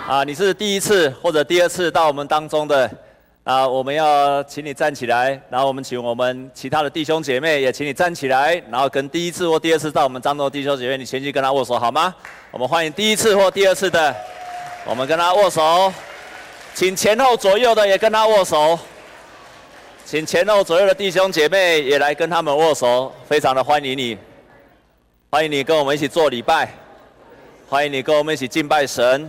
你是第一次或者第二次到我们当中的，我们要请你站起来，然后我们请我们其他的弟兄姐妹也请你站起来，然后跟第一次或第二次到我们当中的弟兄姐妹，你前去跟他握手好吗？我们欢迎第一次或第二次的，我们跟他握手，请前后左右的也跟他握手，请前后左右的弟兄姐妹也来跟他们握手，非常的欢迎你，欢迎你跟我们一起做礼拜，欢迎你跟我们一起敬拜神。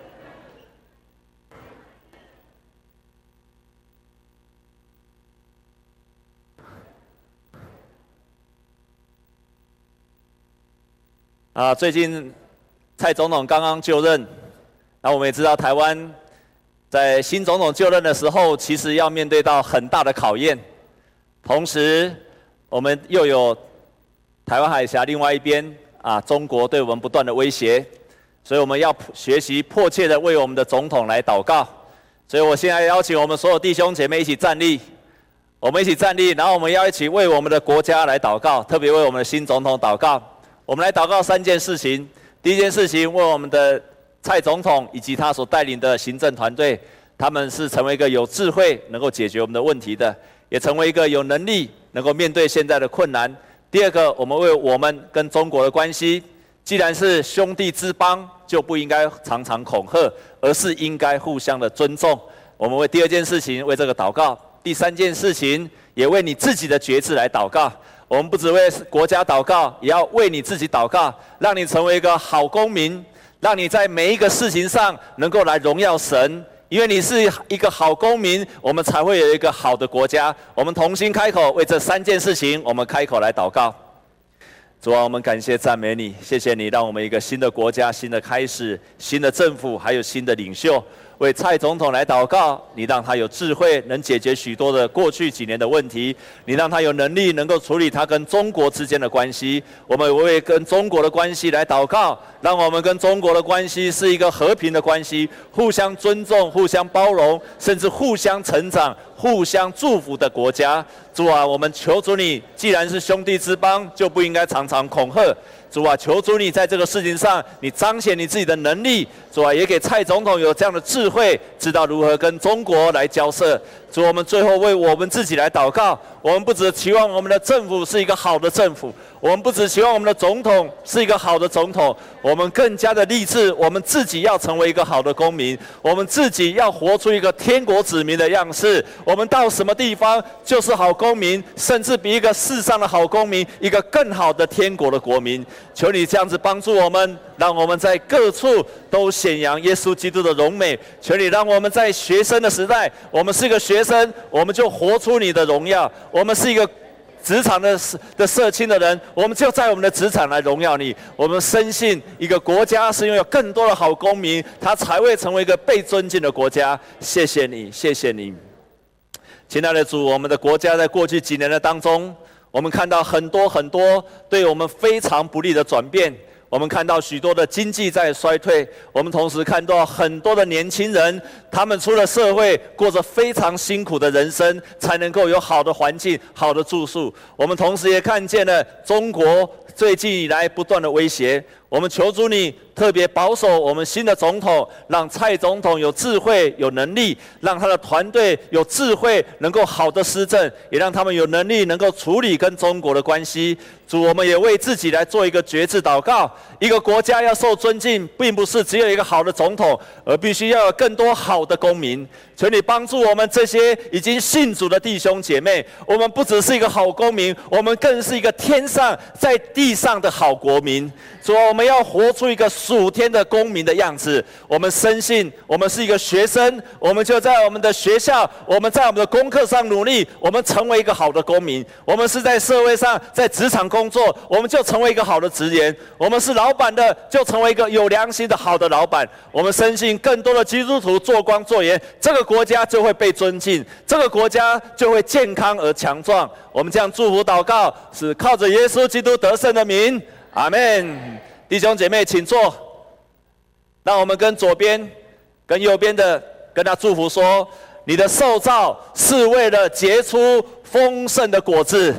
最近蔡总统刚刚就任，那我们也知道台湾在新总统就任的时候，其实要面对到很大的考验。同时，我们又有台湾海峡另外一边中国对我们不断的威胁，所以我们要学习迫切的为我们的总统来祷告。所以我现在邀请我们所有弟兄姐妹一起站立，我们一起站立，然后我们要一起为我们的国家来祷告，特别为我们的新总统祷告。我们来祷告3件事情。第一件事情，为我们的蔡总统以及他所带领的行政团队，他们是成为一个有智慧能够解决我们的问题的，也成为一个有能力能够面对现在的困难。第二个，我们为我们跟中国的关系，既然是兄弟之邦，就不应该常常恐吓，而是应该互相的尊重。我们为第二件事情为这个祷告。第3件事情，也为你自己的决志来祷告。我们不只为国家祷告，也要为你自己祷告，让你成为一个好公民，让你在每一个事情上能够来荣耀神。因为你是一个好公民，我们才会有一个好的国家。我们同心开口，为这3件事情，我们开口来祷告。主啊，我们感谢赞美你，谢谢你让我们一个新的国家、新的开始、新的政府，还有新的领袖。为蔡总统来祷告，你让他有智慧，能解决许多的过去几年的问题；你让他有能力，能够处理他跟中国之间的关系。我们为跟中国的关系来祷告，让我们跟中国的关系是一个和平的关系，互相尊重、互相包容，甚至互相成长、互相祝福的国家。主啊，我们求主你，既然是兄弟之邦，就不应该常常恐吓。主啊，求主你在这个事情上，你彰显你自己的能力。主啊，也给蔡总统有这样的智慧，知道如何跟中国来交涉。主，我们最后为我们自己来祷告。我们不只期望我们的政府是一个好的政府，我们不只期望我们的总统是一个好的总统，我们更加的立志，我们自己要成为一个好的公民，我们自己要活出一个天国子民的样式。我们到什么地方就是好公民，甚至比一个世上的好公民，一个更好的天国的国民。求你这样子帮助我们，让我们在各处都显扬耶稣基督的荣美。求你让我们在学生的时代，我们是一个学生，我们就活出你的荣耀；我们是一个职场的社青的人，我们就在我们的职场来荣耀你。我们深信一个国家是拥有更多的好公民，它才会成为一个被尊敬的国家。谢谢你，谢谢你，亲爱的主。我们的国家在过去几年的当中，我们看到很多对我们非常不利的转变。我们看到许多的经济在衰退，我们同时看到很多的年轻人，他们出了社会，过着非常辛苦的人生，才能够有好的环境、好的住宿。我们同时也看见了中国最近以来不断的威胁。我们求主你特别保守我们新的总统，让蔡总统有智慧、有能力，让他的团队有智慧，能够好的施政，也让他们有能力能够处理跟中国的关系。主，我们也为自己来做一个决志祷告。一个国家要受尊敬，并不是只有一个好的总统，而必须要有更多好的公民。求你帮助我们这些已经信主的弟兄姐妹，我们不只是一个好公民，我们更是一个天上在地上的好国民。主啊，我们要活出一个属天的公民的样子。我们深信，我们是一个学生，我们就在我们的学校，我们在我们的功课上努力，我们成为一个好的公民。我们是在社会上，在职场工作，我们就成为一个好的职员。我们是老板的，就成为一个有良心的好的老板。我们深信，更多的基督徒做光做盐，这个国家就会被尊敬，这个国家就会健康而强壮。我们这样祝福祷告，是靠着耶稣基督得胜的名。阿们。弟兄姐妹请坐，让我们跟左边跟右边的跟他祝福说，你的受造是为了结出丰盛的果子。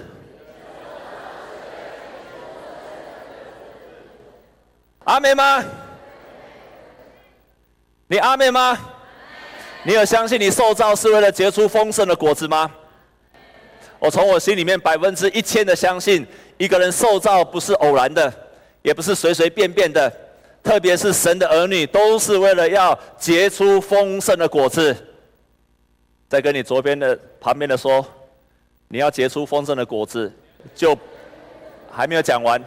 阿们吗？ 你阿们吗？你有相信你受造是为了结出丰盛的果子吗？我从我心里面1000%的相信，一个人受造不是偶然的，也不是随随便便的，特别是神的儿女，都是为了要结出丰盛的果子。再跟你旁边的说，你要结出丰盛的果子，就还没有讲完。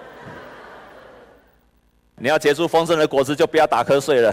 你要结出丰盛的果子，就不要打瞌睡了。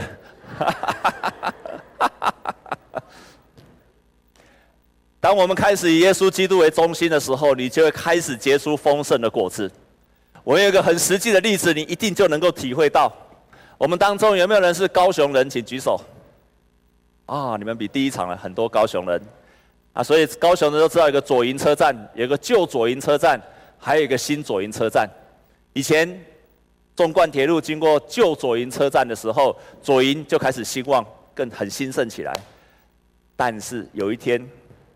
当我们开始以耶稣基督为中心的时候，你就会开始结出丰盛的果子。我有一个很实际的例子，你一定就能够体会到。我们当中有没有人是高雄人？请举手。你们比第一场了很多高雄人所以高雄人都知道有一个左营车站，有一个旧左营车站，还有一个新左营车站。以前纵贯铁路经过旧左营车站的时候，左营就开始兴旺，很兴盛起来。但是有一天，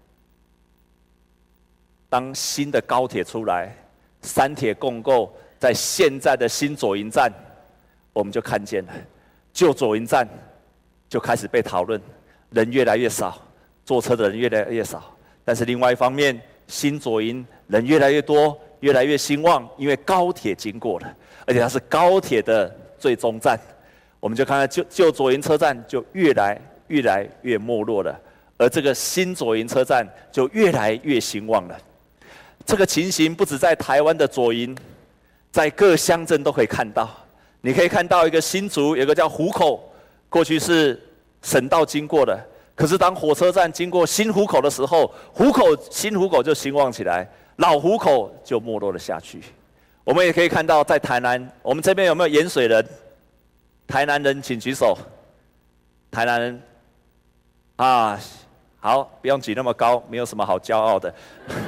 当新的高铁出来，三铁共构在现在的新左营站，我们就看见了旧左营站就开始被讨论，人越来越少，坐车的人越来越少。但是另外一方面，新左营人越来越多，越来越兴旺，因为高铁经过了，而且它是高铁的最终站。我们就看到旧左营车站就越来越没落了，而这个新左营车站就越来越兴旺了。这个情形不止在台湾的左营，在各乡镇都可以看到。你可以看到一个新竹，有个叫湖口，过去是省道经过的，可是当火车站经过新湖口的时候，新湖口就兴旺起来，老湖口就没落了下去。我们也可以看到，在台南，我们这边有没有盐水人？台南人请举手。台南人好，不用举那么高，没有什么好骄傲的。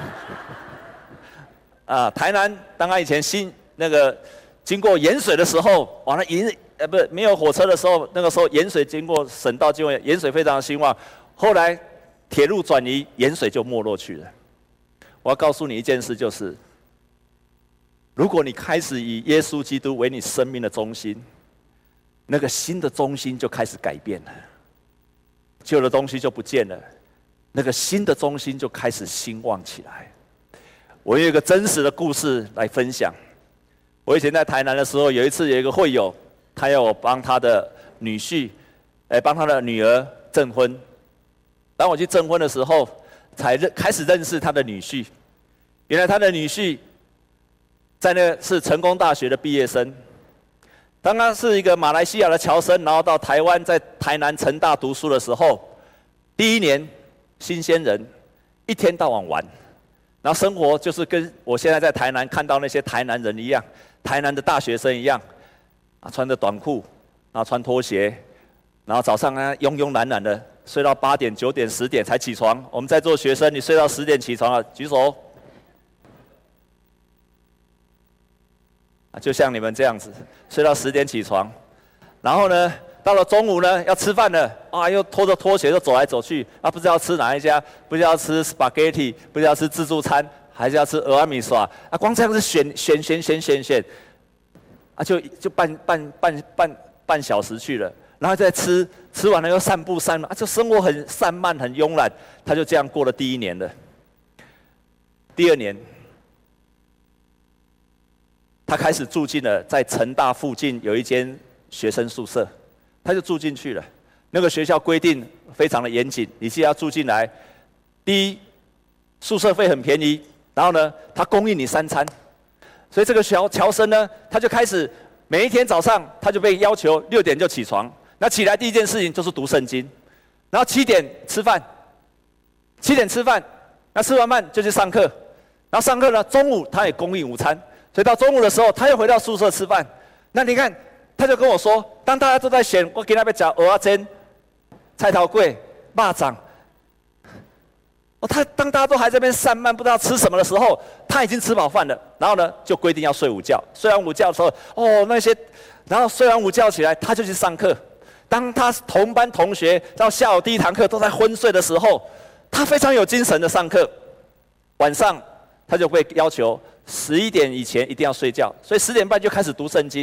台南当然以前经过盐水的时候，没有火车的时候，那个时候盐水经过省道，经过盐水非常的兴旺。后来铁路转移，盐水就没落去了。我要告诉你一件事，就是如果你开始以耶稣基督为你生命的中心，那个新的中心就开始改变了，旧的东西就不见了，那个新的中心就开始兴旺起来。我有一个真实的故事来分享。我以前在台南的时候，有一次有一个会友，他要我帮他的女儿证婚。当我去证婚的时候，才开始认识他的女婿。原来他的女婿是成功大学的毕业生。当他是一个马来西亚的侨生，然后到台湾，在台南成大读书的时候，第一年新鲜人，一天到晚玩。然后生活就是跟我现在在台南看到那些台南人一样，台南的大学生一样，穿着短裤，然后穿拖鞋，然后早上慵慵懒懒的睡到8点、9点、10点才起床。我们在座学生，你睡到10点起床了，举手。就像你们这样子，睡到10点起床，然后呢，到了中午呢要吃饭了，又拖着拖鞋就走来走去，不知道吃哪一家，不知道吃 spaghetti， 不知道吃自助餐，还是要吃俄阿米耍，光这样子选，就半小时去了，然后再吃完了又散步，就生活很散漫很慵懒，他就这样过了第1年了。第2年，他开始住进了在成大附近有一间学生宿舍，他就住进去了。那个学校规定非常的严谨，你既要住进来，第一，宿舍费很便宜，然后呢，他供应你3餐。所以这个侨生呢，他就开始每一天早上，他就被要求6点就起床，那起来第一件事情就是读圣经，然后7点吃饭，那吃完饭就去上课，然后上课呢，中午他也供应午餐。所以到中午的时候，他又回到宿舍吃饭。那你看，他就跟我说，当大家都在选，我给他们讲蚵仔煎、菜头粿、肉粽。当大家都还在那边散漫，不知道吃什么的时候，他已经吃饱饭了。然后呢，就规定要睡午觉。睡完午觉的时候，然后睡完午觉起来，他就去上课。当他同班同学到下午第1堂课都在昏睡的时候，他非常有精神的上课。晚上他就被要求11点以前一定要睡觉，所以10点半就开始读圣经。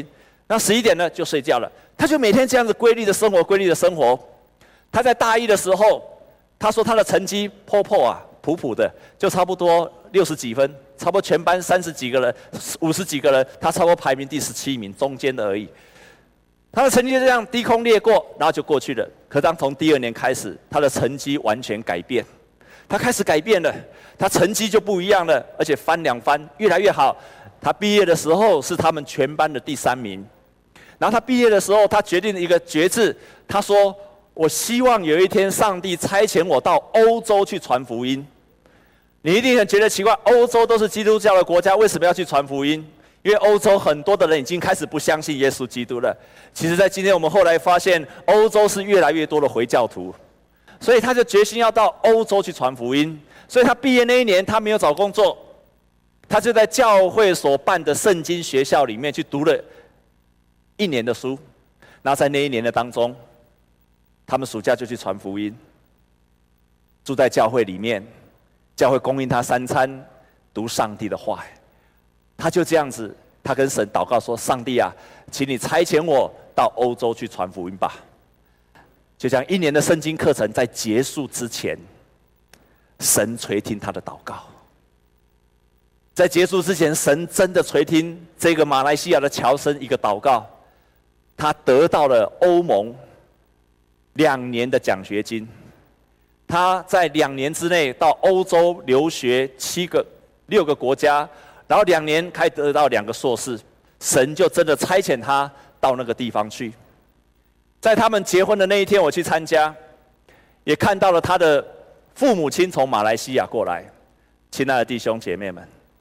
那11点呢就睡觉了。他就每天这样子规律的生活。他在大一的时候，他说他的成绩普普的，就差不多60几分，差不多全班30几个人、50几个人，他差不多排名第17名，中间的而已。他的成绩就这样低空掠过，然后就过去了。可当从第2年开始，他的成绩完全改变，他开始改变了，他成绩就不一样了，而且翻2番，越来越好。他毕业的时候是他们全班的第3名。然后他毕业的时候，他决定了一个决志，他说：“我希望有一天上帝差遣我到欧洲去传福音。”你一定很觉得奇怪，欧洲都是基督教的国家，为什么要去传福音？因为欧洲很多的人已经开始不相信耶稣基督了。其实在今天我们后来发现，欧洲是越来越多的回教徒，所以他就决心要到欧洲去传福音。所以他毕业那一年，他没有找工作，他就在教会所办的圣经学校里面去读了1年的书。然后在那一年的当中，他们暑假就去传福音，住在教会里面，教会供应他3餐，读上帝的话。他就这样子，他跟神祷告说：“上帝啊，请你差遣我到欧洲去传福音吧。”就这样1年的圣经课程在结束之前，神垂听他的祷告。在结束之前，神真的垂听这个马来西亚的侨生一个祷告，他得到了欧盟2年的奖学金。他在2年之内到欧洲留学6个国家。然后2年可以得到2个硕士，神就真的差遣他到那个地方去。在他们结婚的那一天，我去参加，也看到了他的父母亲从马来西亚过来。亲爱的弟兄姐妹们，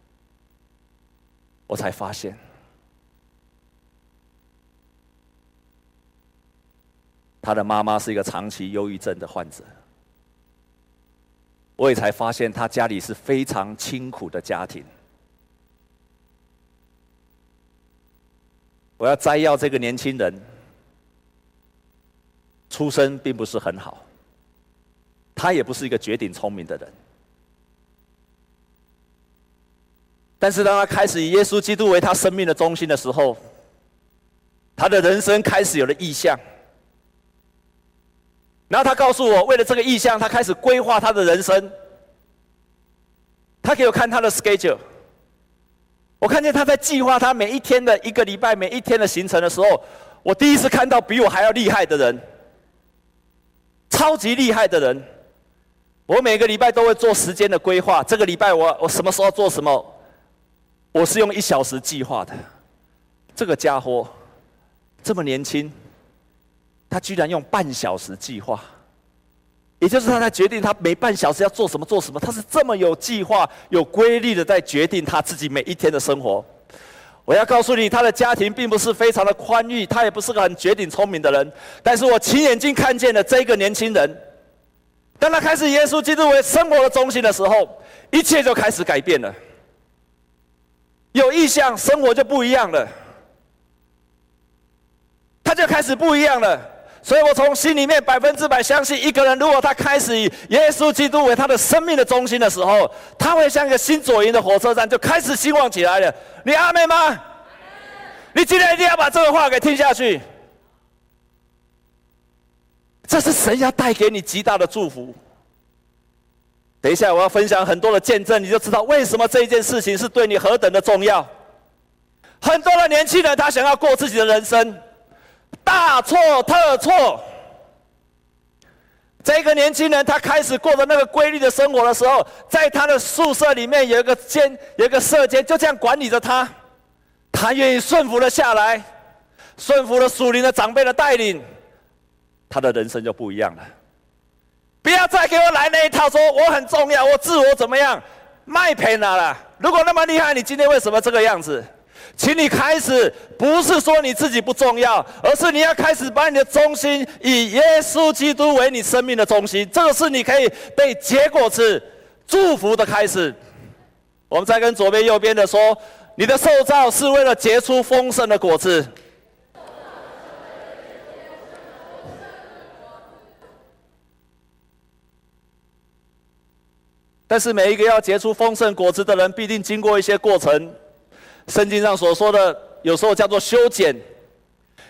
我才发现，他的妈妈是一个长期忧郁症的患者。我也才发现，他家里是非常清苦的家庭。我要摘要这个年轻人，出身并不是很好，他也不是一个绝顶聪明的人。但是当他开始以耶稣基督为他生命的中心的时候，他的人生开始有了意向。然后他告诉我，为了这个意向，他开始规划他的人生。他给我看他的 schedule。我看见他在计划他每一天的1个礼拜每一天的行程的时候，我第一次看到比我还要厉害的人，超级厉害的人。我每个礼拜都会做时间的规划，这个礼拜我什么时候做什么，我是用1小时计划的。这个家伙这么年轻，他居然用半小时计划。也就是他在决定他每半小时要做什么，他是这么有计划、有规律的在决定他自己每一天的生活。我要告诉你，他的家庭并不是非常的宽裕，他也不是个很绝顶聪明的人。但是我亲眼睛看见了这个年轻人，当他开始以耶稣基督为生活的中心的时候，一切就开始改变了。有意向，生活就不一样了，他就开始不一样了。所以我从心里面100%相信，一个人如果他开始以耶稣基督为他的生命的中心的时候，他会像一个新左营的火车站就开始兴旺起来了。你阿们吗？你今天一定要把这个话给听下去。这是神要带给你极大的祝福。等一下我要分享很多的见证，你就知道为什么这一件事情是对你何等的重要。很多的年轻人他想要过自己的人生，大错特错。这个年轻人他开始过着那个规律的生活的时候，在他的宿舍里面有一个舍监，就这样管理着他。他愿意顺服了下来，顺服了属灵的长辈的带领，他的人生就不一样了。不要再给我来那一套，说我很重要，我自我怎么样，卖骗了啦！如果那么厉害，你今天为什么这个样子？请你开始，不是说你自己不重要，而是你要开始把你的中心以耶稣基督为你生命的中心，这个是你可以被结果子祝福的开始。我们再跟左边右边的说，你的受造是为了结出丰盛的果子。但是每一个要结出丰盛果子的人，必定经过一些过程。圣经上所说的，有时候叫做修剪，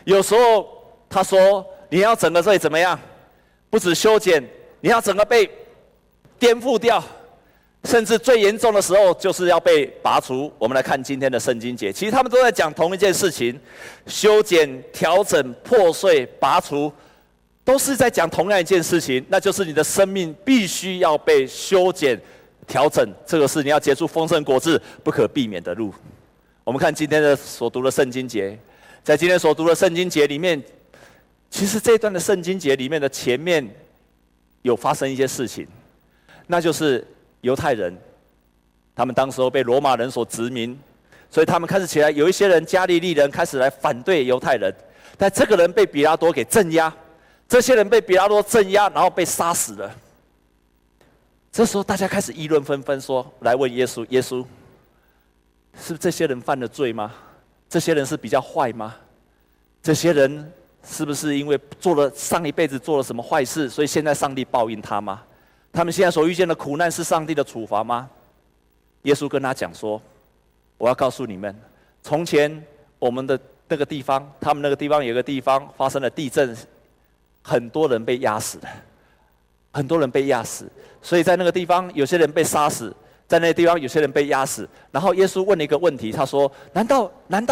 有时候他说你要整个罪怎么样？不止修剪，你要整个被颠覆掉，甚至最严重的时候就是要被拔除。我们来看今天的圣经节，其实他们都在讲同一件事情：修剪、调整、破碎、拔除，都是在讲同样一件事情，那就是你的生命必须要被修剪、调整，这个是你要结出丰盛果子不可避免的路。我们看今天的所读的圣经节，在今天所读的圣经节里面，其实这段的圣经节里面的前面有发生一些事情，那就是犹太人，他们当时候被罗马人所殖民，所以他们开始起来，有一些人加利利人开始来反对犹太人，但这个人被彼拉多给镇压，这些人被彼拉多镇压，然后被杀死了。这时候大家开始议论纷纷，说来问耶稣：耶稣，是不是这些人犯了罪吗？这些人是比较坏吗？这些人是不是因为上一辈子做了什么坏事，所以现在上帝报应他吗？他们现在所遇见的苦难是上帝的处罚吗？耶稣跟他讲说：我要告诉你们，从前我们的那个地方，他们那个地方有个地方发生了地震，很多人被压死了，很多人被压死，所以在那个地方有些人被杀死，在那个地方有些人被压死。然后耶稣问了一个问题，他说：难道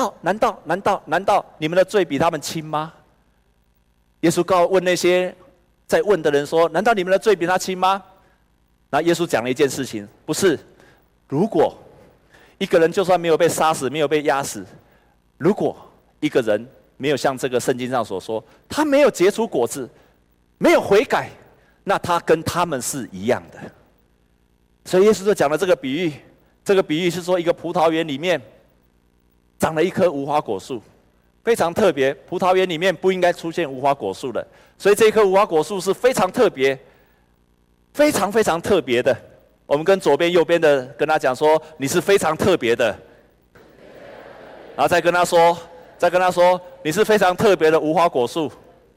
你们的罪比他们轻吗？耶稣问那些在问的人说：难道你们的罪比他轻吗？然后耶稣讲了一件事情，不是，如果一个人就算没有被杀死，没有被压死，如果一个人没有像这个圣经上所说，他没有结出果子，没有悔改，那他跟他们是一样的。所以耶稣就讲了这个比喻，这个比喻是说一个葡萄园里面长了一棵无花果树，非常特别，葡萄园里面不应该出现无花果树的，所以这棵无花果树是非常特别，非常非常特别的。我们跟左边右边的跟他讲说，你是非常特别的，然后再跟他说你是非常特别的无花果树。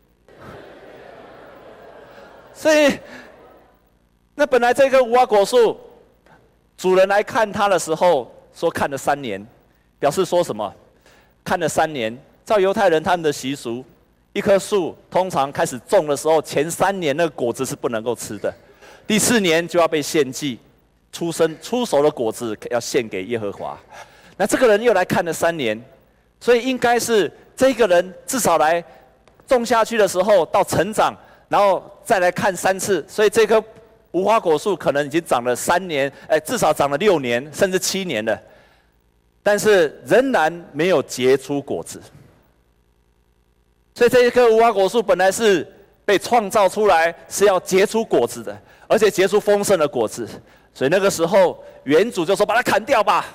所以那本来这棵无花果树主人来看它的时候说看了3年，表示说什么？看了3年，照犹太人他们的习俗，一棵树通常开始种的时候，前3年那个果子是不能够吃的，第4年就要被献祭，出熟的果子要献给耶和华。那这个人又来看了3年，所以应该是这个人至少来种下去的时候到成长，然后再来看3次，所以这棵无花果树可能已经长了3年，至少长了6年甚至7年了，但是仍然没有结出果子。所以这一棵无花果树本来是被创造出来是要结出果子的，而且结出丰盛的果子。所以那个时候原主就说把它砍掉吧。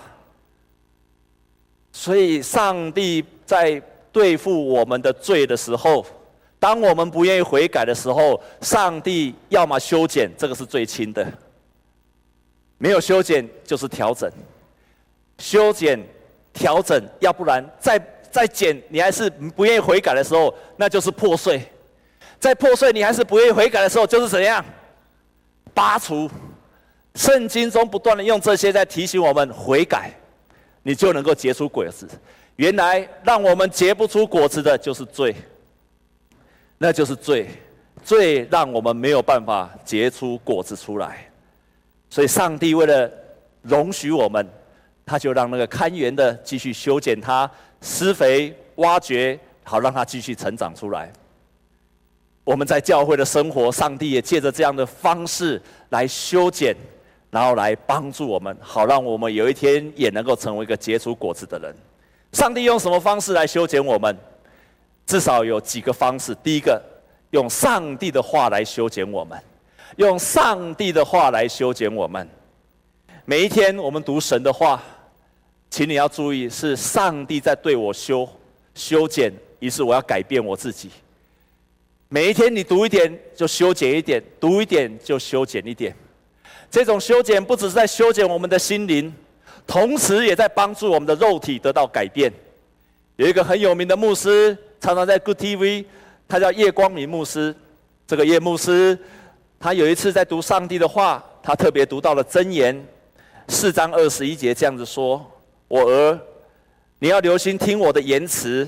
所以上帝在对付我们的罪的时候，当我们不愿意悔改的时候，上帝要么修剪，这个是最轻的，没有修剪就是调整，修剪调整，要不然再剪你还是不愿意悔改的时候，那就是破碎，在破碎你还是不愿意悔改的时候，就是怎样拔除。圣经中不断的用这些在提醒我们悔改，你就能够结出果子。原来让我们结不出果子的就是罪，那就是罪，罪让我们没有办法结出果子出来。所以上帝为了容许我们，他就让那个看园的继续修剪它，施肥挖掘，好让它继续成长出来。我们在教会的生活，上帝也借着这样的方式来修剪，然后来帮助我们，好让我们有一天也能够成为一个结出果子的人。上帝用什么方式来修剪我们？至少有几个方式。第一个，用上帝的话来修剪我们，用上帝的话来修剪我们。每一天我们读神的话，请你要注意，是上帝在对我修剪，于是我要改变我自己。每一天你读一点就修剪一点，读一点就修剪一点。这种修剪不只是在修剪我们的心灵，同时也在帮助我们的肉体得到改变。有一个很有名的牧师，常常在 Good TV， 他叫叶光明牧师。这个叶牧师，他有一次在读上帝的话，他特别读到了箴言4章21节这样子说：我儿，你要留心听我的言辞，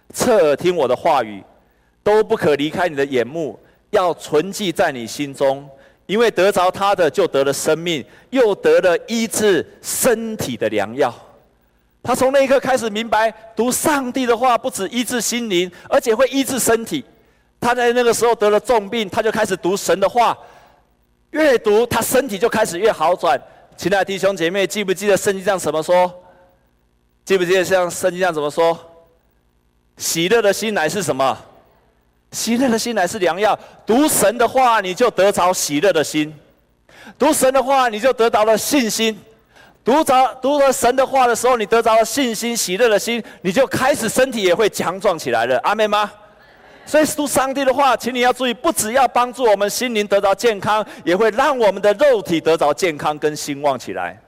侧耳听我的话语，都不可离开你的眼目，要存记在你心中。因为得着他的，就得了生命，又得了医治身体的良药。他从那一刻开始明白，读上帝的话不止医治心灵，而且会医治身体。他在那个时候得了重病，他就开始读神的话，越读他身体就开始越好转。亲爱的弟兄姐妹，记不记得圣经上怎么说？记不记得像圣经上怎么说？喜乐的心乃是什么？喜乐的心乃是良药。读神的话，你就得着喜乐的心；读神的话，你就得到了信心。读了神的话的时候，你得着了信心、喜乐的心，你就开始身体也会强壮起来了。阿们吗？所以读上帝的话，请你要注意，不只要帮助我们心灵得到健康，也会让我们的肉体得着健康跟兴旺起来。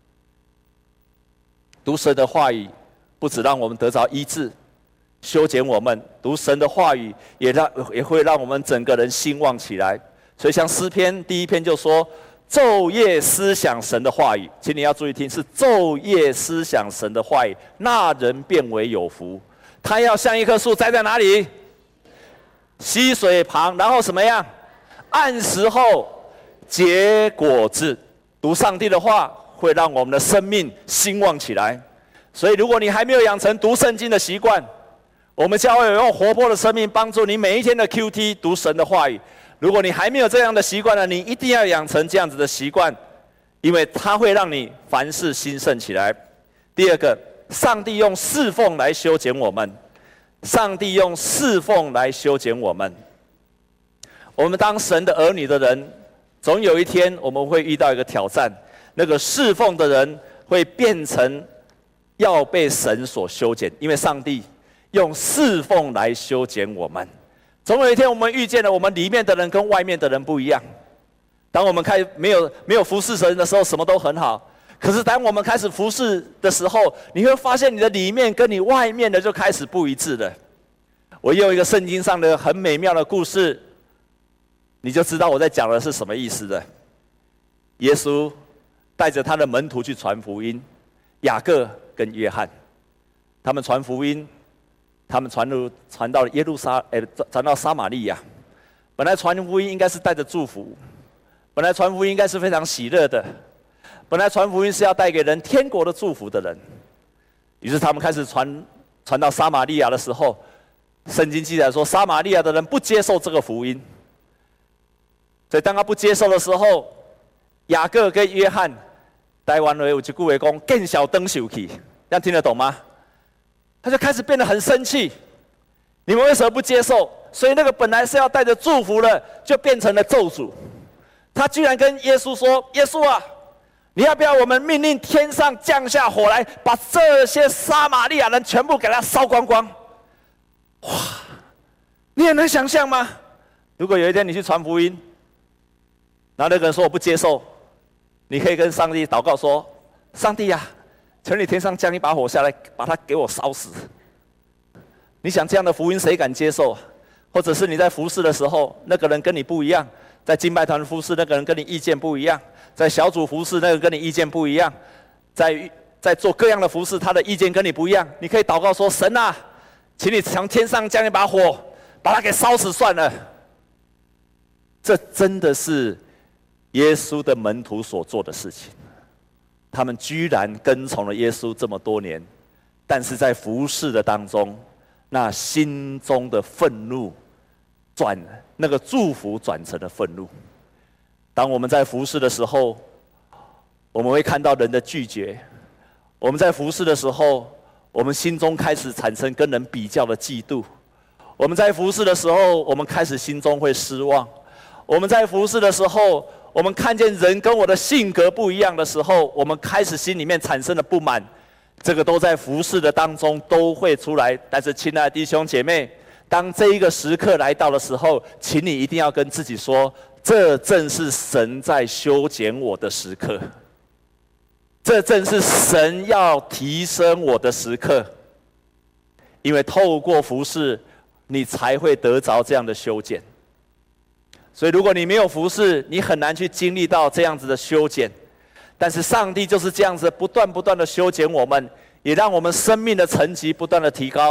读神的话语，不只让我们得着医治、修剪我们，读神的话语也会让我们整个人兴旺起来。所以像诗篇第1篇就说，昼夜思想神的话语，请你要注意听，是昼夜思想神的话语，那人变为有福。他要像一棵树栽在哪里？溪水旁，然后什么样？按时候结果子。读上帝的话，会让我们的生命兴旺起来。所以，如果你还没有养成读圣经的习惯，我们教会有用活泼的生命帮助你每一天的 QT 读神的话语。如果你还没有这样的习惯呢，你一定要养成这样子的习惯，因为它会让你凡事兴盛起来。第二个，上帝用侍奉来修剪我们。上帝用侍奉来修剪我们。我们当神的儿女的人，总有一天我们会遇到一个挑战，那个侍奉的人会变成要被神所修剪，因为上帝用侍奉来修剪我们。总有一天我们遇见了我们里面的人跟外面的人不一样。当我们没有服侍神的时候，什么都很好。可是当我们开始服侍的时候，你会发现你的里面跟你外面的就开始不一致了。我用一个圣经上的很美妙的故事，你就知道我在讲的是什么意思了。耶稣带着他的门徒去传福音，雅各跟约翰，他们传福音，他们传到了传到撒玛利亚。本来传福音应该是带着祝福，本来传福音应该是非常喜乐的。本来传福音是要带给人天国的祝福的人，于是他们开始传到撒玛利亚的时候，圣经记载说，撒玛利亚的人不接受这个福音。所以当他不接受的时候，雅各跟约翰台湾人有一句话说，见小灯受气，这样听得懂吗？他就开始变得很生气，你们为什么不接受？所以那个本来是要带着祝福的，就变成了咒诅。他居然跟耶稣说，耶稣啊，你要不要我们命令天上降下火来，把这些撒玛利亚人全部给他烧光光？哇！你也能想象吗？如果有一天你去传福音，然后那个人说我不接受，你可以跟上帝祷告说：上帝呀，求你天上降一把火下来，把他给我烧死。你想这样的福音谁敢接受？或者是你在服侍的时候，那个人跟你不一样，在敬拜团服侍那个人跟你意见不一样，在小组服侍那个跟你意见不一样，在做各样的服侍，他的意见跟你不一样，你可以祷告说：神啊，请你从天上降一把火，把他给烧死算了。这真的是耶稣的门徒所做的事情。他们居然跟从了耶稣这么多年，但是在服侍的当中，那心中的愤怒那个祝福转成了愤怒。当我们在服侍的时候，我们会看到人的拒绝；我们在服侍的时候，我们心中开始产生跟人比较的嫉妒；我们在服侍的时候，我们开始心中会失望；我们在服侍的时候，我们看见人跟我的性格不一样的时候，我们开始心里面产生了不满。这个都在服侍的当中都会出来。但是亲爱的弟兄姐妹，当这一个时刻来到的时候，请你一定要跟自己说，这正是神在修剪我的时刻，这正是神要提升我的时刻。因为透过服侍，你才会得着这样的修剪。所以如果你没有服侍，你很难去经历到这样子的修剪。但是上帝就是这样子不断的修剪我们，也让我们生命的层级不断的提高。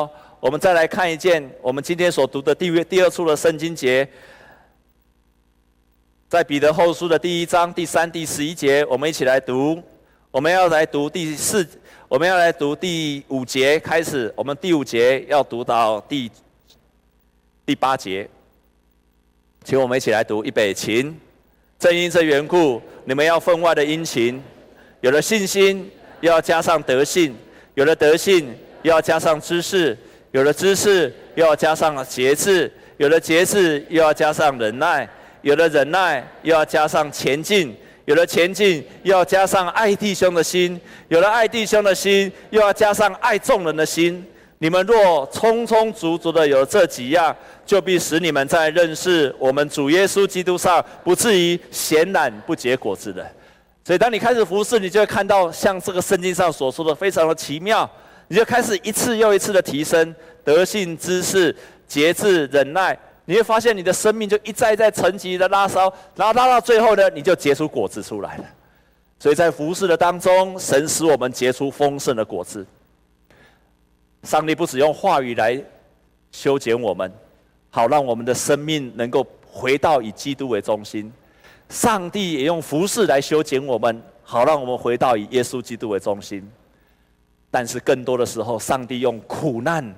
我们再来看一件我们今天所读的第二处的圣经节，在彼得后书的第1章第3、第11节，我们一起来读。我们要来读第5节开始，我们第5节要读到第8节，请我们一起来读，预备，请。正因这缘故，你们要分外的殷勤，有了信心，又要加上德性；有了德性，又要加上知识；有了知识，又要加上节制；有了节制，又要加上忍耐；有了忍耐，又要加上前进；有了前进，又要加上爱弟兄的心；有了爱弟兄的心，又要加上爱众人的心。你们若充充足足的有这几样，就必使你们在认识我们主耶稣基督上，不至于闲懒不结果子的。所以当你开始服侍，你就会看到像这个圣经上所说的非常的奇妙，你就开始一次又一次的提升德性、知识、节制、忍耐，你会发现你的生命就一再再层级的拉烧，然后拉到最后呢，你就结出果子出来了。所以在服侍的当中，神使我们结出丰盛的果子。上帝不只用话语来修剪我们，好让我们的生命能够回到以基督为中心；上帝也用服事来修剪我们，好让我们回到以耶稣基督为中心。但是更多的时候，上帝用苦难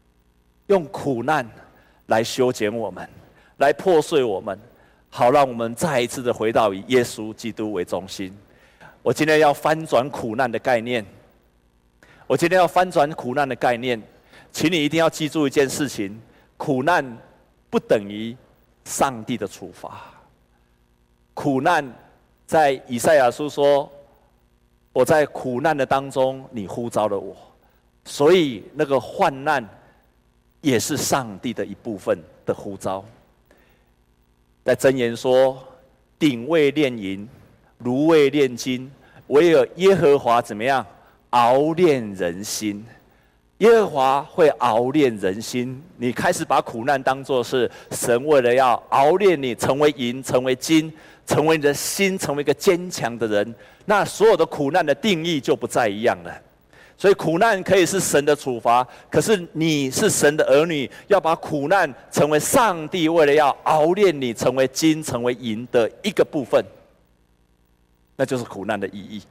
来修剪我们，来破碎我们，好让我们再一次的回到以耶稣基督为中心。我今天要翻转苦难的概念。我今天要翻转苦难的概念，请你一定要记住一件事情：苦难不等于上帝的处罚。苦难在以赛亚书说：“我在苦难的当中，你呼召了我。”所以那个患难也是上帝的一部分的呼召。在箴言说：“鼎未炼银，炉未炼金，唯有耶和华怎么样？熬炼人心。”耶和华会熬炼人心。你开始把苦难当作是神为了要熬炼你，成为银，成为金，成为你的心，成为一个坚强的人，那所有的苦难的定义就不再一样了。所以苦难可以是神的处罚，可是你是神的儿女，要把苦难成为上帝为了要熬炼你，成为金，成为银的一个部分，那就是苦难的意义。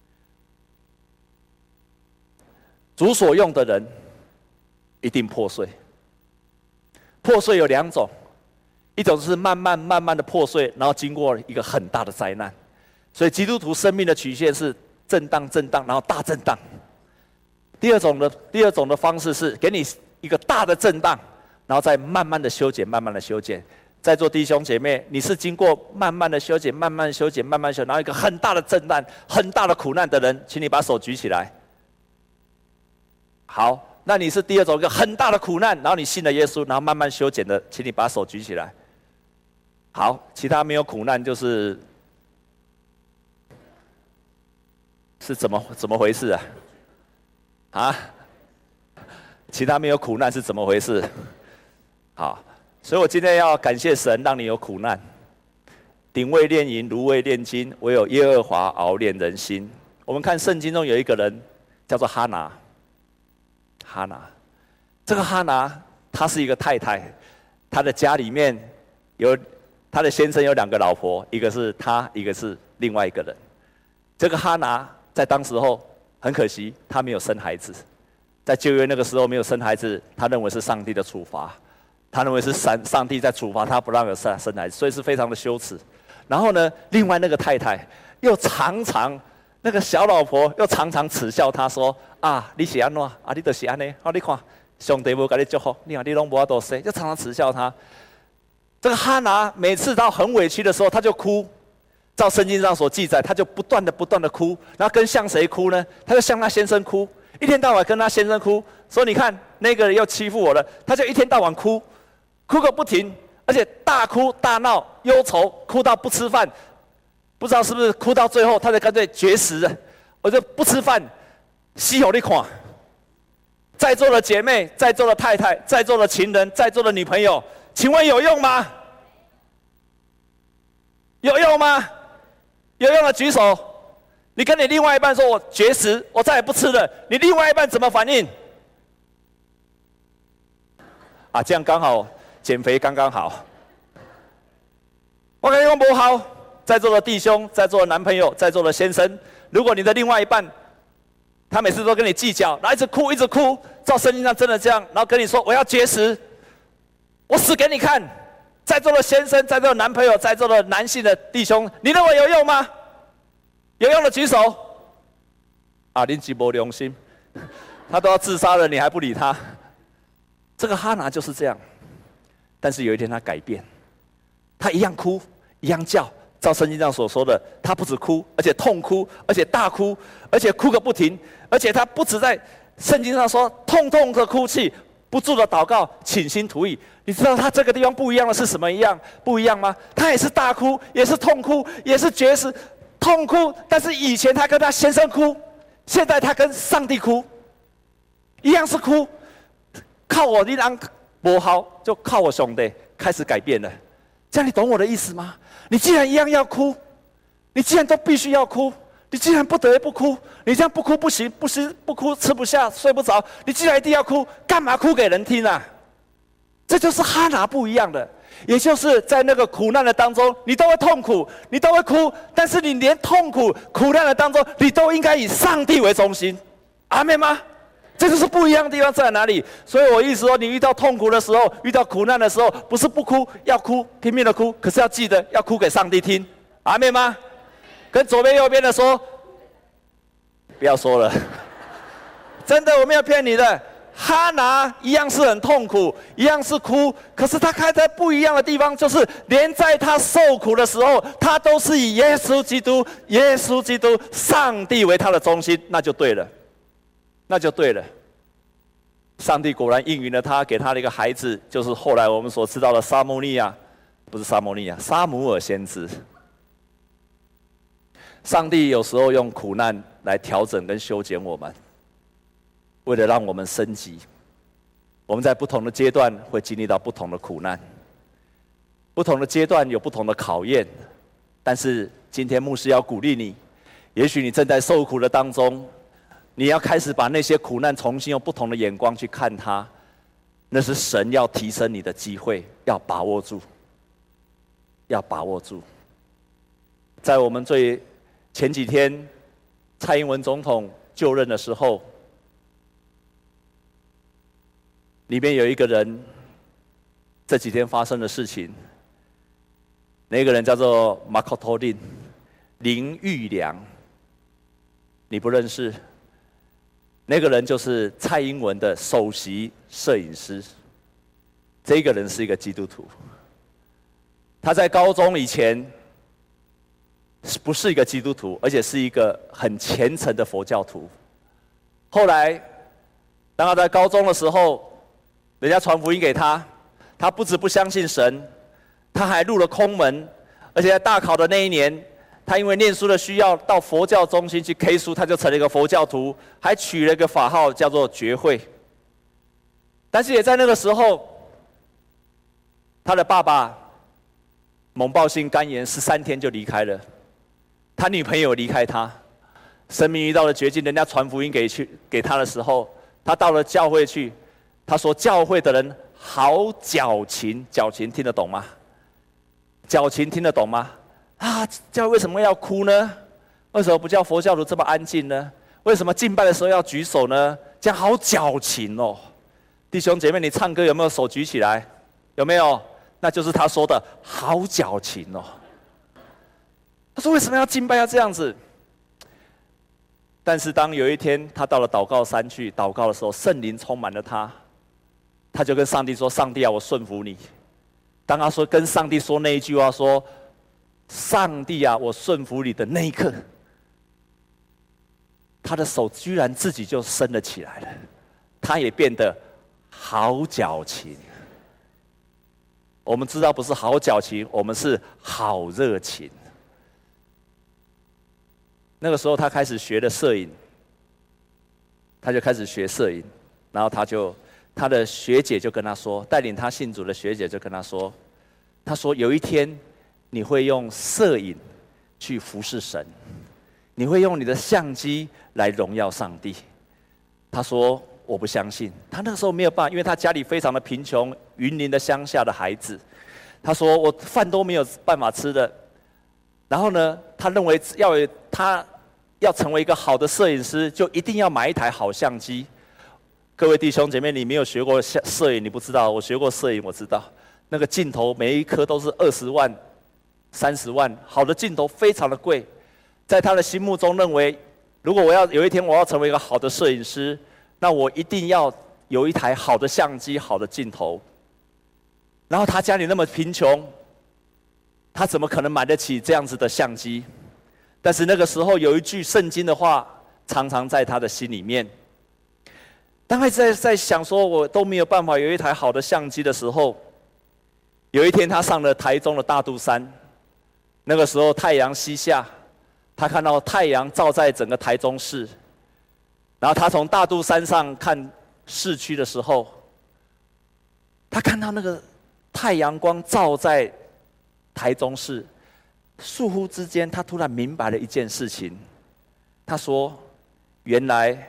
主所用的人一定破碎。破碎有2种，一种是慢慢的破碎，然后经过一个很大的灾难。所以基督徒生命的曲线是震荡，然后大震荡。第二种的方式是给你一个大的震荡，然后再慢慢的修剪。在座弟兄姐妹，你是经过慢慢的修剪，然后一个很大的震荡、很大的苦难的人，请你把手举起来。好，那你是第二种一个很大的苦难，然后你信了耶稣，然后慢慢修剪的，请你把手举起来。好，其他没有苦难就是怎么回事啊？啊？其他没有苦难是怎么回事？好，所以我今天要感谢神，让你有苦难。鼎未炼银，炉未炼金，唯有耶和华熬炼人心。我们看圣经中有一个人叫做哈拿。这个哈拿，她是一个太太，她的家里面她的先生有2个老婆，一个是她，一个是另外一个人。这个哈拿在当时候很可惜，她没有生孩子。在旧约那个时候没有生孩子，她认为是上帝的处罚，她认为是上帝在处罚她，不让有生孩子，所以是非常的羞耻。然后呢，另外那个太太又常常。那个小老婆又常常耻笑他说：“啊，你是安怎？啊，你就是安尼。好，你看，上帝无给你祝福，你看你拢无法度说，就常常耻笑他。这个哈拿每次到很委屈的时候，他就哭。照圣经上所记载，他就不断的哭，然后跟向谁哭呢？他就向他先生哭，一天到晚跟他先生哭，说：你看那个人又欺负我了。他就一天到晚哭个不停，而且大哭大闹，忧愁，哭到不吃饭。”不知道是不是哭到最后，他就干脆绝食了。我就不吃饭，死给你看。在座的姐妹，在座的太太，在座的情人，在座的女朋友，请问有用吗？有用吗？有用的举手。你跟你另外一半说：“我绝食，我再也不吃了。”你另外一半怎么反应？ 啊，这样刚好减肥刚刚好。我跟你讲不好，在座的弟兄，在座的男朋友，在座的先生，如果你的另外一半，他每次都跟你计较，然后一直哭一直哭，照圣经上真的这样，然后跟你说我要绝食，我死给你看。在座的先生，在座的男朋友，在座的男性的弟兄，你认为有用吗？有用的举手。啊，你极没良心，他都要自杀了，你还不理他。这个哈拿就是这样，但是有一天他改变，他一样哭，一样叫。照圣经上所说的，他不止哭，而且痛哭，而且大哭，而且哭个不停，而且他不止在圣经上说痛痛的哭泣，不住的祷告，倾心吐意。你知道他这个地方不一样的是什么不一样吗？他也是大哭，也是痛哭，也是绝食痛哭，但是以前他跟他先生哭，现在他跟上帝哭，一样是哭。靠我你人不好，就靠我兄弟开始改变了。这样你懂我的意思吗？你既然一样要哭，你既然都必须要哭，你既然不得不哭，你这样不哭不行，不哭吃不下睡不着，你既然一定要哭，干嘛哭给人听啊？这就是哈拿不一样的，也就是在那个苦难的当中，你都会痛苦，你都会哭，但是你连痛苦苦难的当中，你都应该以上帝为中心，阿们吗？这就是不一样的地方在哪里？所以我意思说，你遇到痛苦的时候，遇到苦难的时候，不是不哭，要哭，拼命的哭，可是要记得要哭给上帝听，阿们吗？跟左边右边的说，不要说了，真的我没有骗你的。哈拿一样是很痛苦，一样是哭，可是他开在不一样的地方，就是连在他受苦的时候，他都是以耶稣基督、上帝为他的中心，那就对了，那就对了。上帝果然应允了他，给他的一个孩子，就是后来我们所知道的撒母利亚，不是撒母利亚，撒母耳先知。上帝有时候用苦难来调整跟修剪我们。为了让我们升级，我们在不同的阶段会经历到不同的苦难，不同的阶段有不同的考验。但是今天牧师要鼓励你，也许你正在受苦的当中，你要开始把那些苦难重新用不同的眼光去看它，那是神要提升你的机会，要把握住，要把握住。在我们前几天，蔡英文总统就任的时候，里面有一个人，这几天发生的事情，那个人叫做马可托林，林玉良，你不认识？那个人就是蔡英文的首席摄影师。这个人是一个基督徒，他在高中以前不是一个基督徒，而且是一个很虔诚的佛教徒。后来，当他在高中的时候，人家传福音给他，他不止不相信神，他还入了空门，而且在大考的那一年，他因为念书的需要，到佛教中心去 K 书，他就成了一个佛教徒，还取了一个法号叫做觉慧。但是也在那个时候，他的爸爸猛暴性肝炎13天就离开了，他女朋友离开他，生命遇到了绝境，人家传福音给他的时候，他到了教会去。他说：“教会的人好矫情，矫情听得懂吗？矫情听得懂吗？啊，教会为什么要哭呢？为什么不叫佛教徒这么安静呢？为什么敬拜的时候要举手呢？这样好矫情哦！弟兄姐妹，你唱歌有没有手举起来？有没有？那就是他说的好矫情哦。他说为什么要敬拜要这样子？但是当有一天他到了祷告山去祷告的时候，圣灵充满了他。”他就跟上帝说：“上帝啊，我顺服你。”当他跟上帝说那一句话说：“上帝啊，我顺服你”的那一刻，他的手居然自己就伸了起来了，他也变得好矫情。我们知道不是好矫情，我们是好热情。那个时候他开始学了摄影，他就开始学摄影，然后他的学姐就跟他说，带领他信主的学姐就跟他说，他说有一天你会用摄影去服侍神，你会用你的相机来荣耀上帝。他说我不相信。他那个时候没有办法，因为他家里非常的贫穷，云林的乡下的孩子。他说我饭都没有办法吃的。然后呢，他认为他要成为一个好的摄影师，就一定要买一台好相机。各位弟兄姐妹，你没有学过摄影，你不知道；我学过摄影，我知道。那个镜头每一颗都是20万、30万，好的镜头非常的贵。在他的心目中认为，如果有一天我要成为一个好的摄影师，那我一定要有一台好的相机、好的镜头。然后他家里那么贫穷，他怎么可能买得起这样子的相机？但是那个时候有一句圣经的话，常常在他的心里面。当他在想说，我都没有办法有一台好的相机的时候，有一天他上了台中的大肚山，那个时候太阳西下，他看到太阳照在整个台中市，然后他从大肚山上看市区的时候，他看到那个太阳光照在台中市，倏忽之间，他突然明白了一件事情。他说：“原来，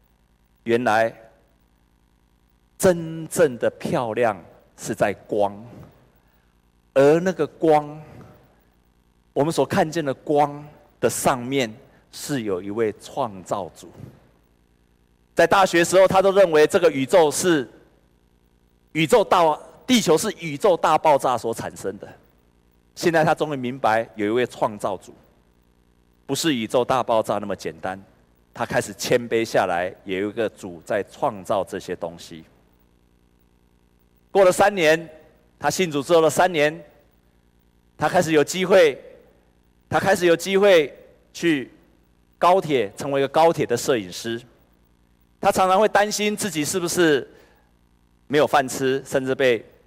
真正的漂亮是在光，而那个光，我们所看见的光的上面是有一位创造主。”在大学时候，他都认为这个地球是宇宙大爆炸所产生的。现在他终于明白，有一位创造主，不是宇宙大爆炸那么简单。他开始谦卑下来，有一个主在创造这些东西。过了3年，他信主之后的3年，他开始有机会去高铁，成为一个高铁的摄影师。他常常会担心自己是不是没有饭吃，甚至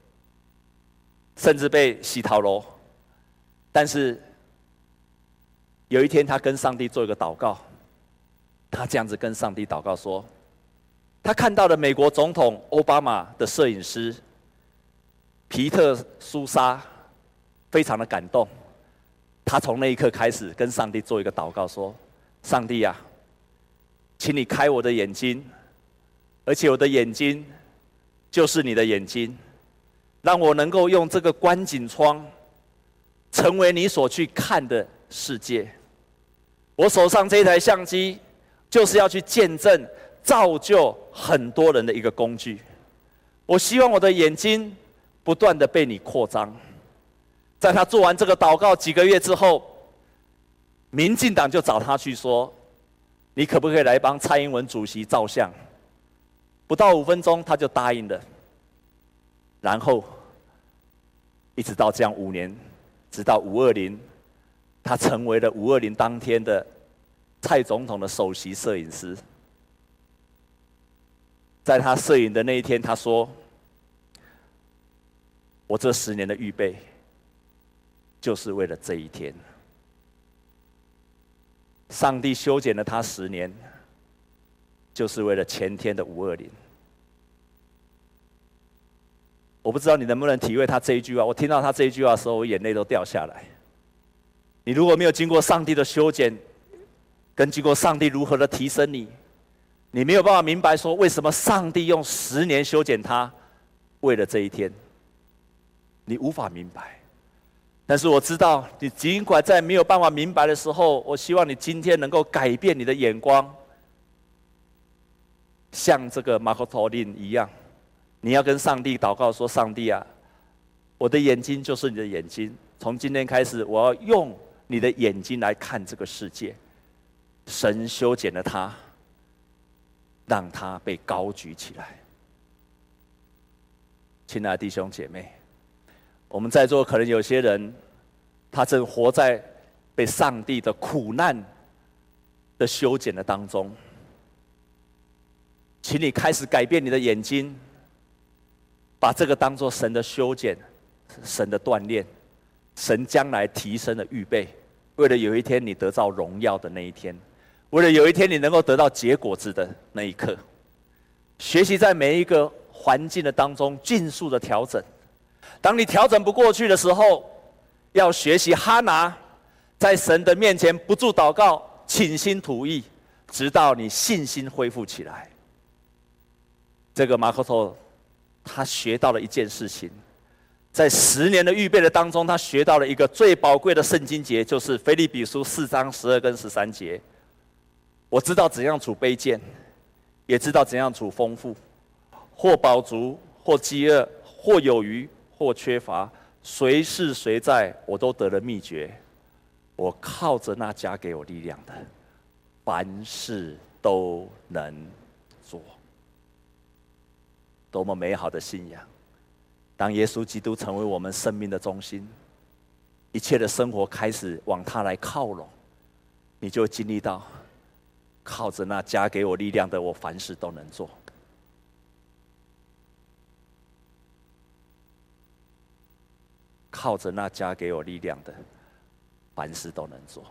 被洗头楼。但是有一天，他跟上帝做一个祷告。他这样子跟上帝祷告说：他看到了美国总统奥巴马的摄影师皮特苏莎，非常的感动。他从那一刻开始跟上帝做一个祷告说：上帝啊，请你开我的眼睛，而且我的眼睛就是你的眼睛，让我能够用这个观景窗成为你所去看的世界。我手上这台相机就是要去见证造就很多人的一个工具。我希望我的眼睛不断的被你扩张。在他做完这个祷告几个月之后，民进党就找他去说：你可不可以来帮蔡英文主席照相？不到5分钟他就答应了。然后一直到这样5年，直到520，他成为了520当天的蔡总统的首席摄影师。在他摄影的那一天，他说：我这10年的预备就是为了这一天。上帝修剪了他10年，就是为了前天的520。我不知道你能不能体会他这一句话。我听到他这一句话的时候，我眼泪都掉下来。你如果没有经过上帝的修剪，跟经过上帝如何的提升你，你没有办法明白说为什么上帝用10年修剪他，为了这一天。你无法明白。但是我知道，你尽管在没有办法明白的时候，我希望你今天能够改变你的眼光，像这个马可托林一样，你要跟上帝祷告说：上帝啊，我的眼睛就是你的眼睛，从今天开始，我要用你的眼睛来看这个世界。神修剪了他，让他被高举起来。亲爱的弟兄姐妹，我们在座可能有些人，他正活在被上帝的苦难的修剪的当中。请你开始改变你的眼睛，把这个当作神的修剪，神的锻炼，神将来提升的预备，为了有一天你得到荣耀的那一天，为了有一天你能够得到结果子的那一刻。学习在每一个环境的当中尽速的调整。当你调整不过去的时候，要学习哈拿，在神的面前不住祷告，倾心吐意，直到你信心恢复起来。 这个马可头他学到了一件事情，在10年的预备的当中，他学到了一个最宝贵的圣经节，就是腓立比书4章12跟13节。我知道怎样处卑贱，也知道怎样处丰富，或饱足，或饥饿，或有余，或缺乏，随是随在，我都得了秘诀。我靠着那加给我力量的，凡事都能做。多么美好的信仰！当耶稣基督成为我们生命的中心，一切的生活开始往他来靠拢，你就经历到，靠着那加给我力量的，我凡事都能做。靠着那加给我力量的，凡事都能做。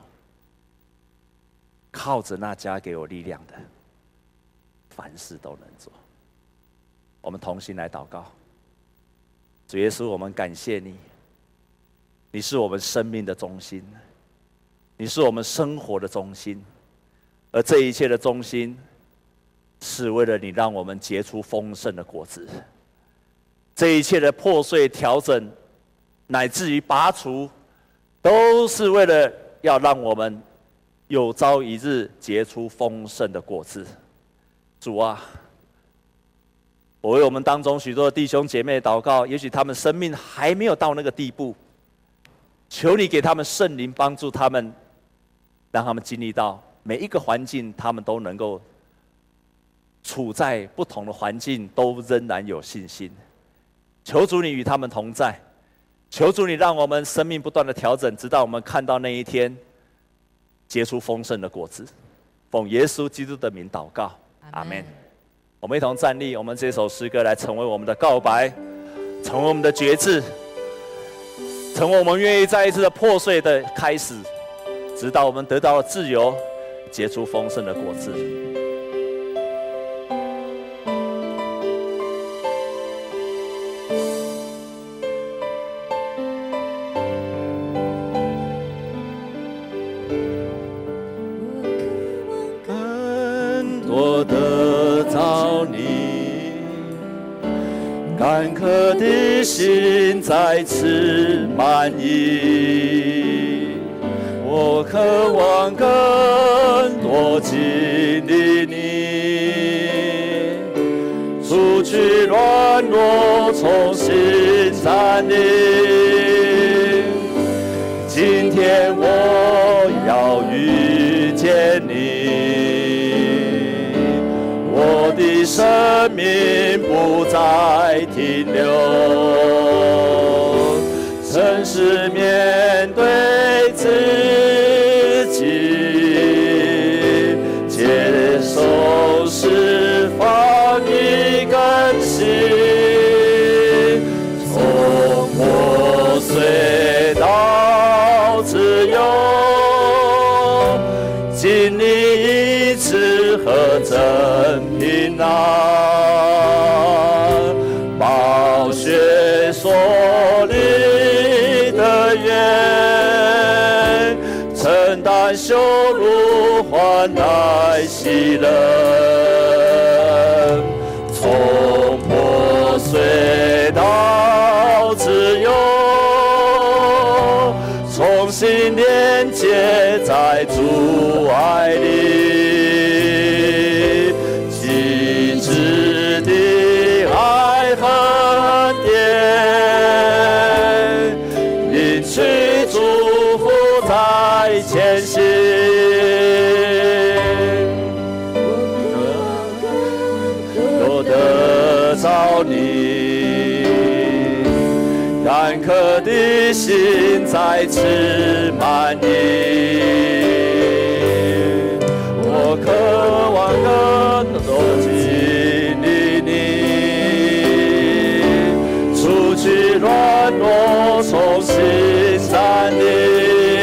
靠着那加给我力量的，凡事都能做。我们同心来祷告。主耶稣，我们感谢你，你是我们生命的中心，你是我们生活的中心，而这一切的中心，是为了你让我们结出丰盛的果子。这一切的破碎、调整，乃至于拔除，都是为了要让我们有朝一日结出丰盛的果子。主啊，我为我们当中许多的弟兄姐妹祷告，也许他们生命还没有到那个地步，求你给他们圣灵帮助他们，让他们经历到每一个环境，他们都能够处在不同的环境，都仍然有信心。求主你与他们同在，求主你让我们生命不断的调整，直到我们看到那一天结出丰盛的果子。奉耶稣基督的名祷告，阿们。我们一同站立，我们这首诗歌来成为我们的告白，成为我们的决志，成为我们愿意再一次的破碎的开始，直到我们得到了自由，结出丰盛的果子。干渴的心再次满溢，我渴望更多经历你，除去软弱，重新站立。今天我要遇见你，我的生命不再停留，诚实面对自己，接受释放与更新，从破碎到自由，经历一次和真平安。所立的约，承担羞辱，换来喜乐，从破碎到自由，重新连接在主爱里，极致的爱和前行，若得着你，干渴的心再次满溢。我渴望更多经历你，除去软弱，重新站立。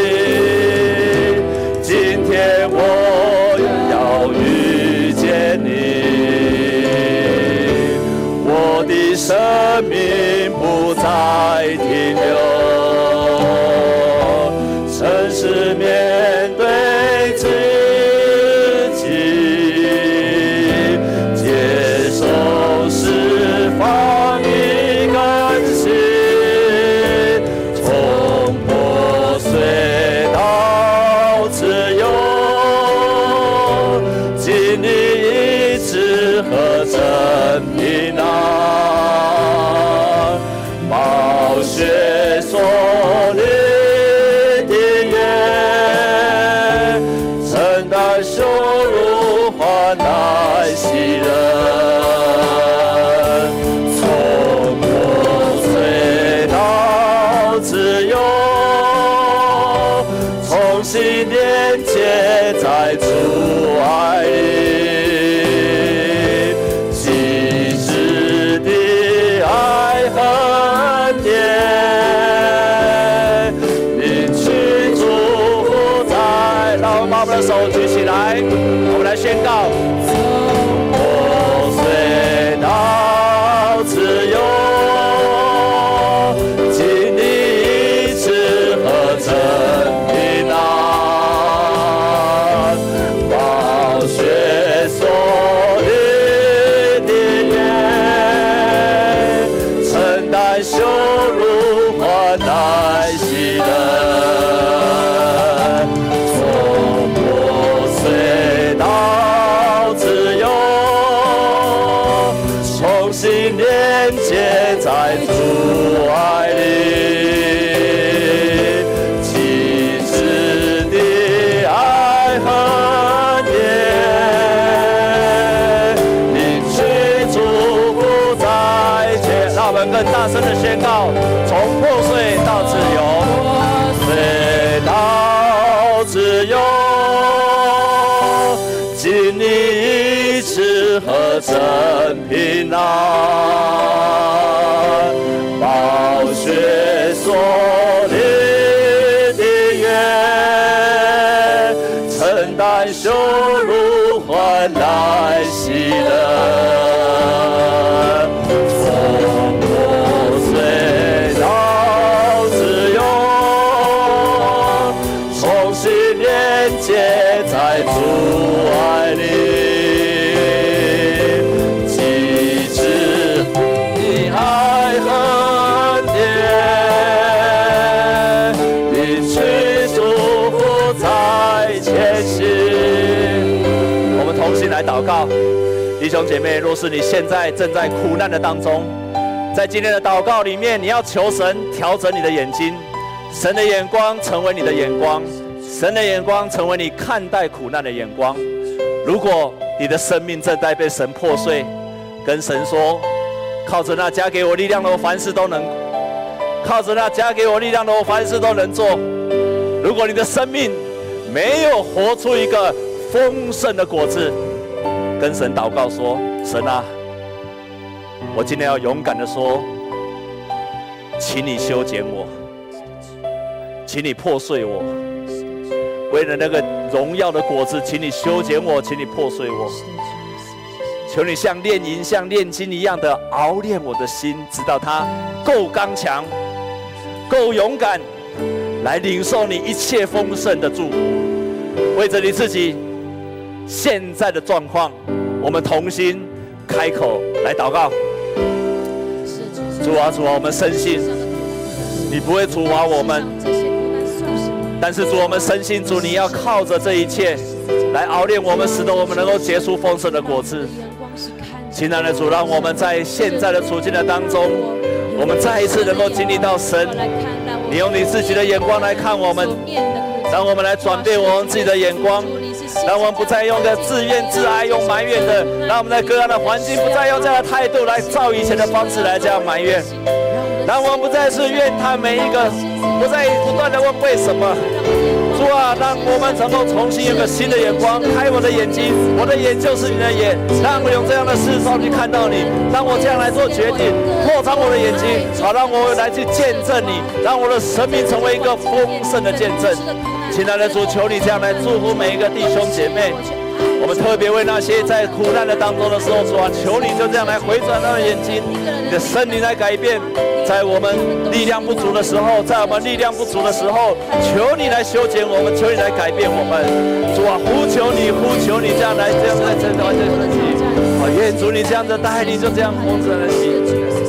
生命不再停留，诚实面对自己，接受释新连接在主爱里，极致的爱和恩典，领取祝福在。让我们把我们的手举起来，我们来宣告。更大声的宣告，从破碎到自由，破碎到自由，经历医治和真平安，宝血所立的约，承担羞辱换来喜乐。在主爱里，极致的爱和恩典，领取祝福在前行。我们同心来祷告，弟兄姐妹，若是你现在正在苦难的当中，在今天的祷告里面，你要求神调整你的眼睛，神的眼光成为你的眼光。神的眼光成为你看待苦难的眼光。如果你的生命正在被神破碎，跟神说：靠着那加给我力量的，我凡事都能；靠着那加给我力量的，我凡事都能做。如果你的生命没有活出一个丰盛的果子，跟神祷告说：神啊，我今天要勇敢的说，请你修剪我，请你破碎我。为了那个荣耀的果子，请你修剪我，请你破碎我。求你像炼银、像炼金一样的熬炼我的心，直到它够刚强、够勇敢，来领受你一切丰盛的祝福。为着你自己现在的状况，我们同心开口来祷告。主啊，主啊，我们深信你不会处罚我们。但是主，我们深信主，你要靠着这一切来熬炼我们，使得我们能够结出丰盛的果子。亲爱的主，让我们在现在的处境的当中，我们再一次能够经历到神，你用你自己的眼光来看我们，让我们来转变我们自己的眼光，让我们不再用的自怨自哀、用埋怨的，让我们在各样的环境不再用这样的态度来照以前的方式来这样埋怨，让我们不再是怨叹每一个，不再不断的问为什么。主啊，让我们能够重新有个新的眼光，开我的眼睛，我的眼就是你的眼，让我用这样的视窗去看到你，让我这样来做决定，扩张我的眼睛，好让我来去见证你，让我的生命成为一个丰盛的见证。亲爱的主，求你这样来祝福每一个弟兄姐妹。我们特别为那些在苦难的当中的时候，主啊，求你就这样来回转他的眼睛，你的生灵来改变。在我们力量不足的时候，在我们力量不足的时候，求你来修剪我们，求你来改变我们。主啊，呼求你，呼求你，这样来，这样在这完全分析。好，愿主你这样的带领，就这样丰盛的喜。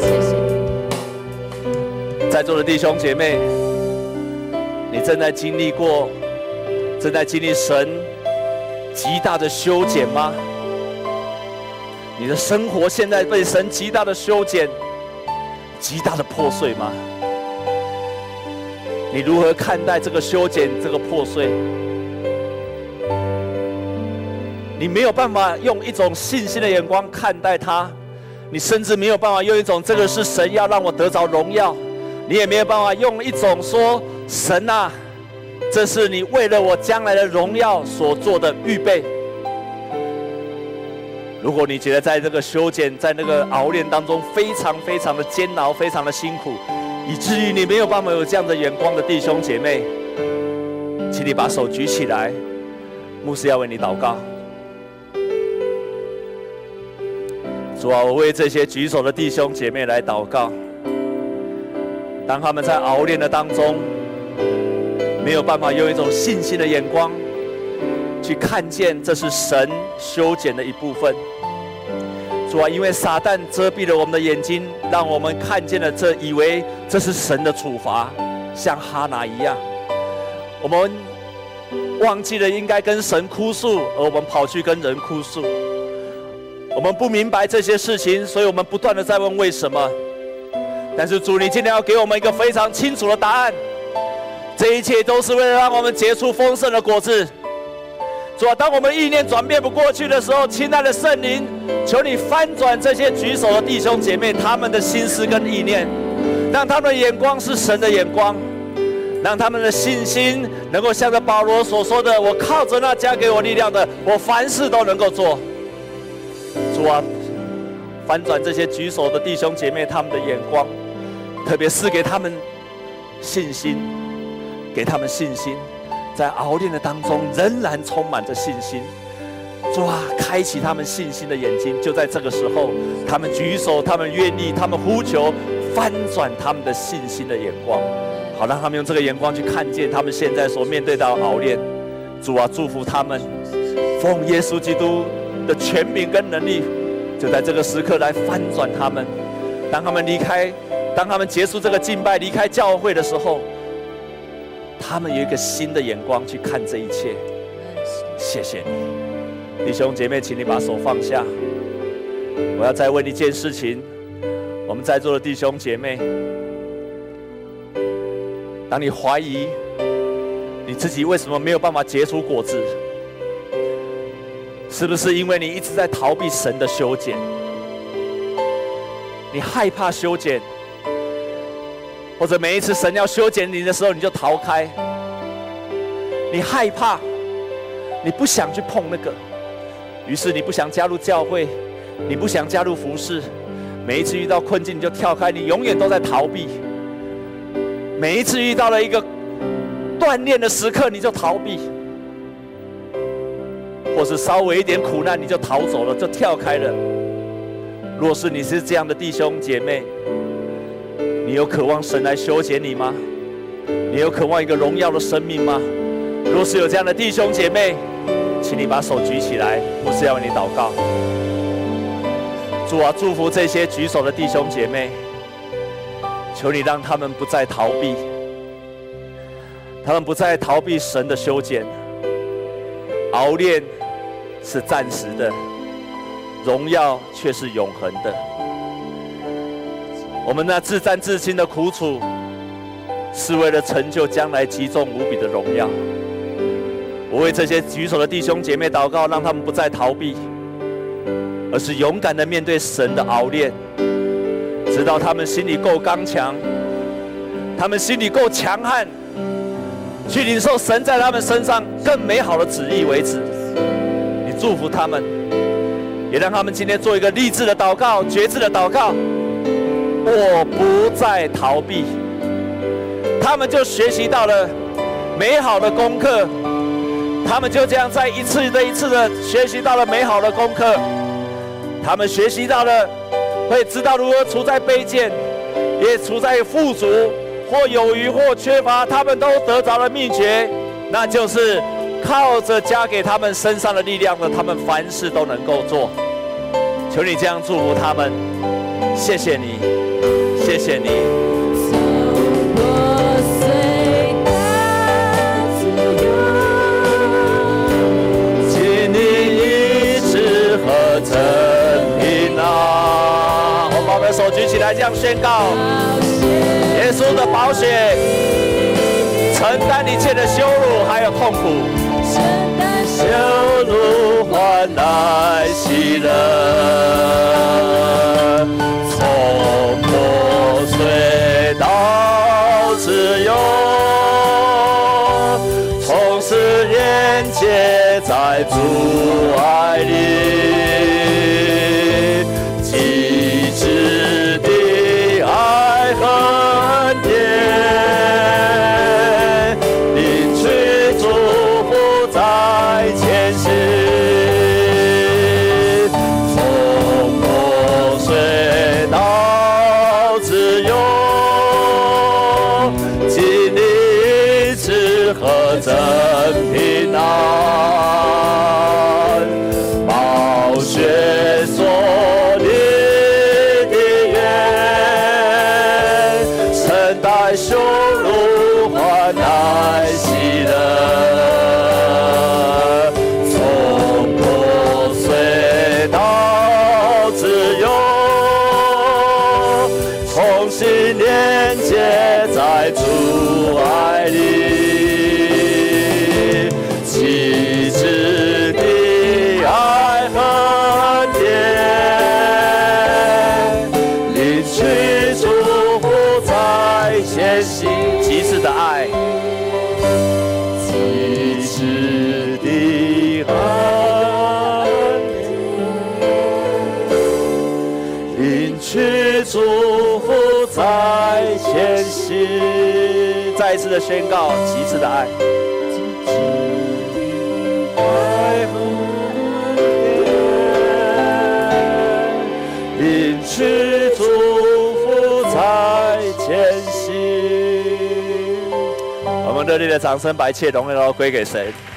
在座的弟兄姐妹，你正在经历过，正在经历神极大的修剪吗？你的生活现在被神极大的修剪，极大的破碎吗？你如何看待这个修剪，这个破碎？你没有办法用一种信心的眼光看待它，你甚至没有办法用一种这个是神要让我得着荣耀，你也没有办法用一种说神啊， 这是你为了我将来的荣耀所做的预备。如果你觉得在这个修剪，在那个熬炼当中非常非常的煎熬，非常的辛苦，以至于你没有办法有这样的眼光的弟兄姐妹，请你把手举起来，牧师要为你祷告。主啊，我为这些举手的弟兄姐妹来祷告。当他们在熬炼的当中，没有办法用一种信心的眼光去看见这是神修剪的一部分。主啊，因为撒旦遮蔽了我们的眼睛，让我们看见了这，以为这是神的处罚，像哈拿一样，我们忘记了应该跟神哭诉，而我们跑去跟人哭诉。我们不明白这些事情，所以我们不断的在问为什么。但是主，你今天要给我们一个非常清楚的答案，这一切都是为了让我们结出丰盛的果子。主啊，当我们意念转变不过去的时候，亲爱的圣灵，求你翻转这些举手的弟兄姐妹他们的心思跟意念，让他们的眼光是神的眼光，让他们的信心能够像着保罗所说的，我靠着那加给我力量的，我凡事都能够做。主啊，翻转这些举手的弟兄姐妹他们的眼光，特别是给他们信心，给他们信心，在熬炼的当中仍然充满着信心。主啊，开启他们信心的眼睛，就在这个时候，他们举手，他们愿意，他们呼求，翻转他们的信心的眼光，好让他们用这个眼光去看见他们现在所面对到的熬炼。主啊，祝福他们，奉耶稣基督的权柄跟能力，就在这个时刻来翻转他们。当他们离开，当他们结束这个敬拜，离开教会的时候，他们有一个新的眼光去看这一切。谢谢你，弟兄姐妹，请你把手放下。我要再问一件事情，我们在座的弟兄姐妹，当你怀疑你自己为什么没有办法结出果子，是不是因为你一直在逃避神的修剪？你害怕修剪，或者每一次神要修剪你的时候，你就逃开。你害怕，你不想去碰那个，于是你不想加入教会，你不想加入服事。每一次遇到困境，你就跳开，你永远都在逃避。每一次遇到了一个锻炼的时刻，你就逃避。或是稍微一点苦难，你就逃走了，就跳开了。若是你是这样的弟兄姐妹，你有渴望神来修剪你吗？你有渴望一个荣耀的生命吗？若是有这样的弟兄姐妹，请你把手举起来，牧师要为你祷告。主啊，祝福这些举手的弟兄姐妹，求你让他们不再逃避，他们不再逃避神的修剪。熬炼是暂时的，荣耀却是永恒的。我们那自战自清的苦楚，是为了成就将来极重无比的荣耀。我为这些举手的弟兄姐妹祷告，让他们不再逃避，而是勇敢地面对神的熬炼，直到他们心里够刚强，他们心里够强悍，去领受神在他们身上更美好的旨意为止。你祝福他们，也让他们今天做一个励志的祷告，决志的祷告。我不再逃避，他们就学习到了美好的功课，他们就这样在一次一次的学习到了美好的功课，他们学习到了会知道如何处在卑贱，也处在富足，或有余或缺乏，他们都得着了秘诀，那就是靠着加给他们身上的力量的，他们凡事都能够做。求你这样祝福他们，谢谢你，谢谢你。请你医治和承平安。我们把我们的手举起来，这样宣告：耶稣的宝血承担一切的羞辱还有痛苦，羞辱换来喜乐，从破碎到自由， 连接在主爱里，极致的爱和恩典，领取祝福在前行。真平安，宝血所立的约，承担羞辱换来喜乐，从破碎到自由，重新连接在主爱里。极致的爱和恩典，领取祝福在前行。极致的爱，极致的爱，领取祝福在前行。再一次的宣告，极致的爱。领取祝福在前行。我们热烈的掌声，把一切荣耀都归给神。